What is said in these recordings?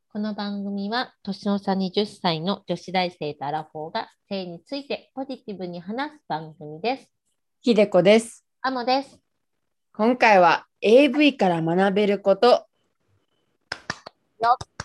この番組は年の差20歳の女子大生とアラフォーが性についてポジティブに話す番組です。 ひでこです。 アモです。 今回は AV から学べること。 よっ。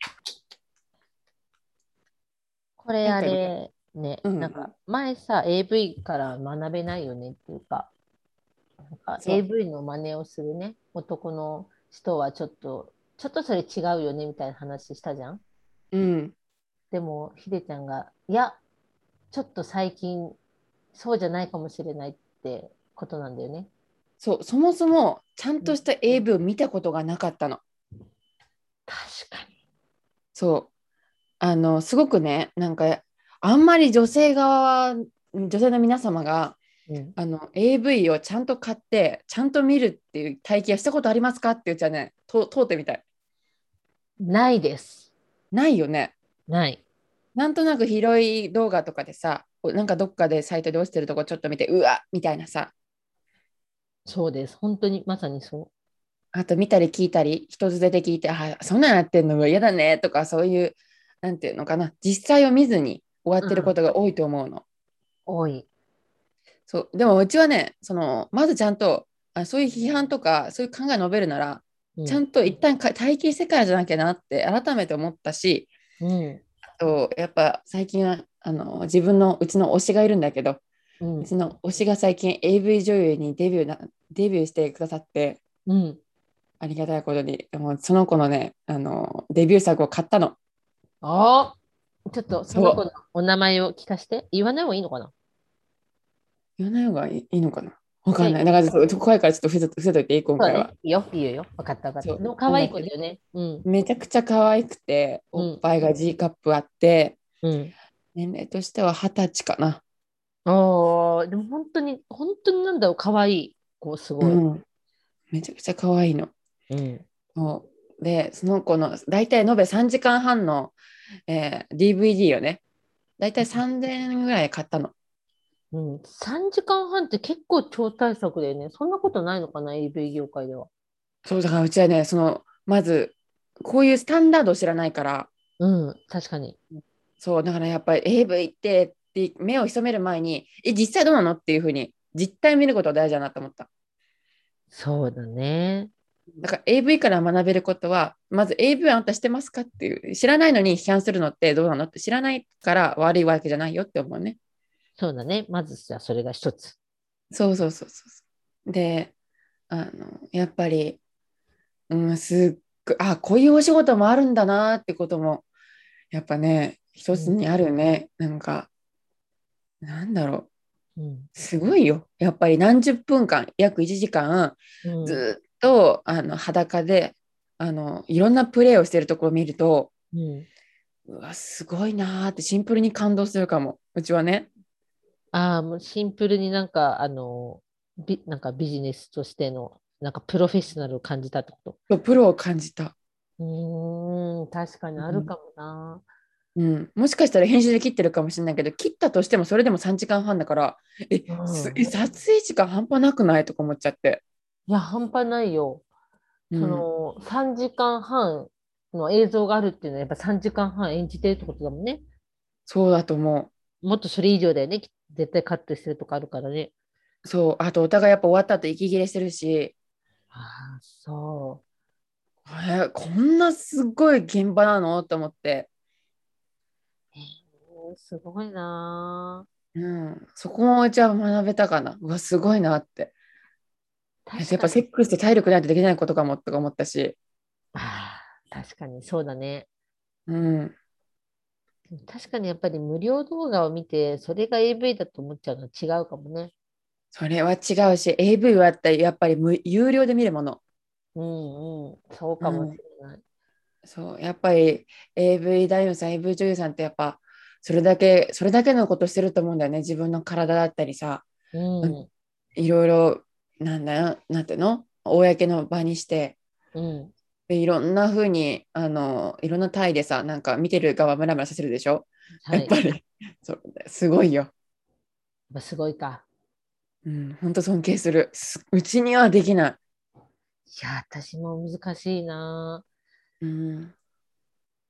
これあなんかね、 れね、 うん、 なんか前さ、AV から学べないよねっていうか、なんかそう、 AV の真似をするね、男の人はちょっとそれ違うよねみたいな話したじゃん。 うん、 でも、ひでちゃんが、いや、ちょっと最近そうじゃないかもしれないってことなんだよね。 そう、そもそもちゃんうん、 とした AV を見たことがなかったの。 確かに。 そう、すごくね、あんまり女性の皆様が、 うん。 AV をちゃんと買って、ちゃんと見るっていう体験したことありますかって言っちゃね、通ってみたい。 ないです。 ないよね。 ない。 なんとなく広い動画とかでさ、なんかどっかでサイトで落ちてるとこちょっと見て、うわみたいなさ、 そうです。本当にまさにそあと見たり聞いたり、人づてで聞いて、あ、そんなんやってんの嫌だねとか、そういう、なんていうのかな、実際を見ずに終わう。 ってるうん。 ことが多いと思うの。 多い。 そう、でもうちはね、まずちゃんと、そういう批判とか、そういう考え述べるなら、ちゃうん。 んと一旦体系世界じゃなきゃなって改めて思ったし、 うん。 あと、やっぱ最近は、自分のうちの推しがいるんだけど、 うん。 うちの推しが最近 AV 女優にデビューしてくださって、 うん。 ありがたいことに、もうその子のね、デビュー作を買ったの。 ああ、ちょっとその子のそう。 お名前を聞かせて。言わない方がいいのかな？ 言わない方がいいのかな、わいや、 かんない。だから怖いからちょっと伏せといていい、今そうだね。 回は。 いいよ、いいよ。わかったわかった。でそう。 も可愛いなんだけど、 子だよね。うん。 めちゃくちゃ可愛くて、おっうん。 ぱいが G カップあって、 うん。 年齢としては20歳かな。 ああ、でも本当になんだろう、可愛い子、すごい。 うん。めちゃくちゃ可愛いの。 うん。 そうで、その子の、大体延べ3時間半の、DVD をね、大体3000円ぐらい買ったの。 うん。3時間半って結構超大作だよね。そんなことないのかな、AV 業界では。 そう、だからうちはね、まず、こういうスタンダードを知らないから、 うん、確かに。 そう、だからやっぱり AV って目を潜める前に、実際どうなのっていうふうに、実態を見ることが大事だなと思った。 そうだね。 だから AV から学べることは、まず AV はあんたしてますかっていう、知らないのに批判するのってどうなのって知らないから悪いわけじゃないよって思うね。 そうだね。まずじゃあそれが一つ。 そうそうそうそう。で、やっぱり、うん、こういうお仕事もあるんだなってことも、やっぱね、 うん。 一つにあるね。なんだろう。 うん。 すごいよ。やっぱり何十分間、約1時間、 うん。 ずっと裸でいろんなプレーをしてるところを見ると、 うん。 うわ、すごいなーってシンプルに感動するかも。うちはね、 ああ、もうシンプルになんか、なんかビジネスとしての、なんかプロフェッショナルを感じたってこと？ そうプロを感じた。 確かにあるかもな。 うん、もしかしたら編集で切ってるかもしれないけど、切ったとしてもそれでも3時間半だから、 うん。 撮影時間半端なくないとか思っちゃって。 いや、半端ないよ。 うん、 3時間半の映像があるっていうのは、やっぱ3時間半演じてるってことだもんね。 そうだと思もっとそれ以上だよね。絶対カットしてるとかあるからね。 う。そう、あとお互いやっぱ終わった後息切れしてるし、 ああ、そこんなすごい現場なのと思って、 う。すごいなうん、そこもじゃあ学べたかな。うわ、すごいなって。 ー。確かに。 やっぱセックスって体力ないとできないことかもとか思ったし、 ああ、確かにそうだね。 うん、 確かにやっぱり無料動画を見て、それが AV だと思っちゃうのは違うかもね。 それは違うし、AV はやっぱり有料で見るもの。 うんうん。そううかもしん、 れない。 そう、やっぱり AV 男優さん、AV 女優さんってやっぱそれだけのことしてると思うんだよね。自分の体だったりさ、 ううん、 ん。 いろいろ、なんていうの公の場にして、 うん。 でいろんな風に、いろんな体でさ、なんか見てる側ムラムラさせるでしょ。やはい。 っぱり、そう、すごいよ。 まあ、すごいか。 うん、本当尊敬する。うちにはできない。 いや、私も難しいな。 うん、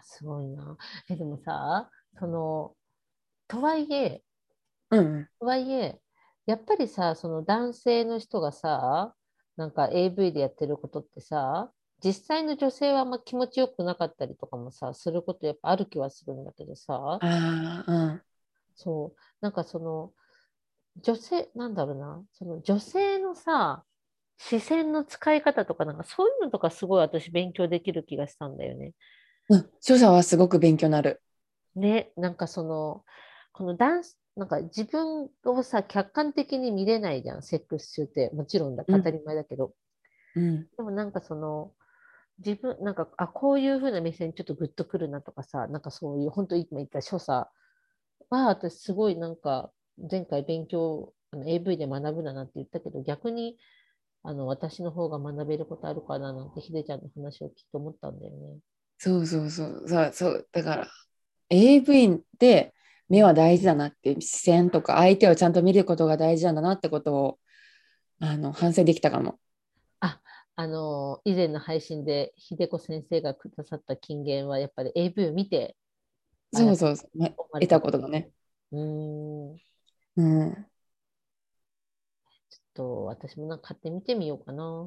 すごいな。でもさ、とはいえ、 うん。 とはいえ、やっぱりさ、その男性の人がさ、なんか AV でやってることってさ、実際の女性はあんま気持ちよくなかったりとかもさ、することやっぱある気はするんだけどさ、 ああ、うん。 そう、なんかその、女性、なんだろうな、その女性のさ、視線の使い方とか、なんかそういうのとかすごい私勉強できる気がしたんだよね。 うん。所作はすごく勉強になる。 ね、なんかこのダンス、なんか自分をさ、客観的に見れないじゃん、セックス中って。もちろんだ、 うん。 当たり前だけど。 うん。 でもなんか自分、なんか、あ、こういう風な目線ちょっとグッとくるなとかさ、なんかそういう、本当に今言った所作は、私すごいなんか、前回勉強、AV で学ぶだなって言ったけど、逆に、私の方が学べることあるかななんて、ひでちゃんの話を聞いて思ったんだよね。 そうそうそう。そう。だから、AV でうん。 目は大事だなっていう視線とか、相手をちゃんと見ることが大事なんだなってことを、反省できたかも。 あ、以前の配信で、ひでこ先生がくださった金言は、やっぱり AV を見て、改めてそうそうそう。得た思われたこことがね。 と。ちうん。 ょっと、私もなんか買ってみてみようかな。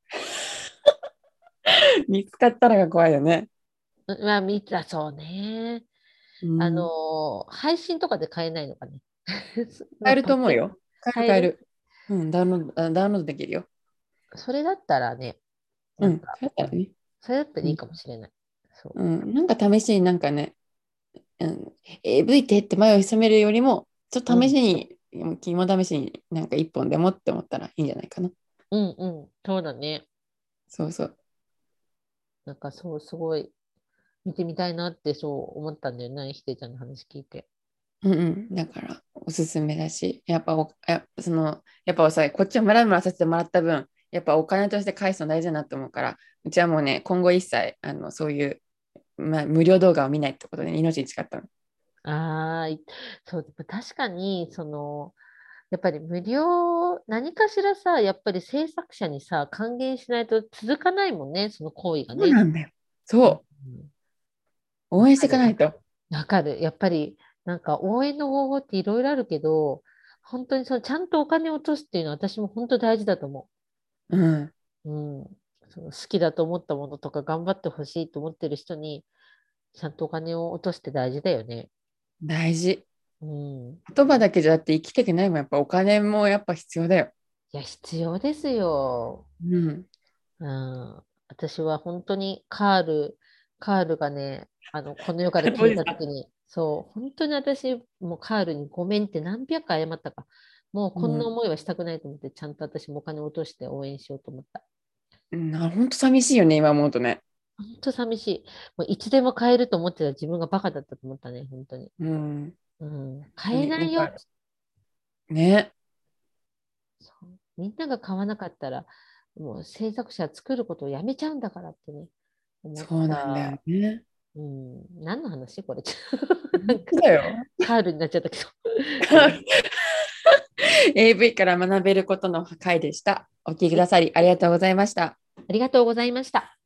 見つかったらが怖いよね。 まあ、そうね。 うん。 配信とかで買えないのかね。 買えるとパッケ思うよ。買える買える。 買える。うん、ダウンロードできるよ。 それだったらね、 うん、 なんか、うん、 買えたらね。 それだったらいいうん。 かもしれない。そうん、なんか試しになんかね、うん、AV って前を潜めるよりも、ちょっう。 と試しに、肝試しになんか一本でもって思ったらいいんじゃないかな。 そうだね。 そうそう。 なんかそう、すごい見てみたいなってそう思ったんだよね、ひでちゃんの話聞いて。 うんうん。だから、おすすめだし、やっぱさ、こっちをムラムラさせてもらった分、やっぱお金として返すの大事だなと思うから、うちはもうね、今後一切、そういう、無料動画を見ないってことで、命に誓ったの。 ああ、そう、でも確かに、やっぱり何かしらさ、やっぱり制作者にさ、還元しないと続かないもんね、その行為がそうね。 なんだよ。 うん、 そう。応援していかわかる。 ないと。 わかる。やっぱり、なんか応援の方法っていろいろあるけど、本当にちゃんとお金を落とすっていうのは私も本当大事だと思うん。 う。好きだと思ったものとか頑張ってほしいと思ってる人に、ちゃんとお金を落として大事だよね。 大事。 うん。 言葉だけじゃだって生きていけないもん。やっぱお金もやっぱ必要だよ。 いや、必要ですよ。 うん。 うん。私は本当にカールがね、この世から消えおじさん。 た時に、そう、本当に私、もうカールにごめんって何百回謝ったか。もうこんなうん。 思いはしたくないと思って、ちゃんと私もお金を落として応援しようと思った。 本当寂しいよね、今思うとね。 本当寂しい。もういつでも買えると思ってた自分がバカだったと思ったね、本当に。 うん。 買えないよ。 なんかね。 そうみんなが買わなかったら、もう制作者は作ることをやめちゃうんだからってね、思っそうなんだよた。 ね。 何の話これ。なんか、 本当だよ。 カールになっちゃったけど。 AV から学べることの回でした。お聞きくださりありがとうございました。 ありがとうございました。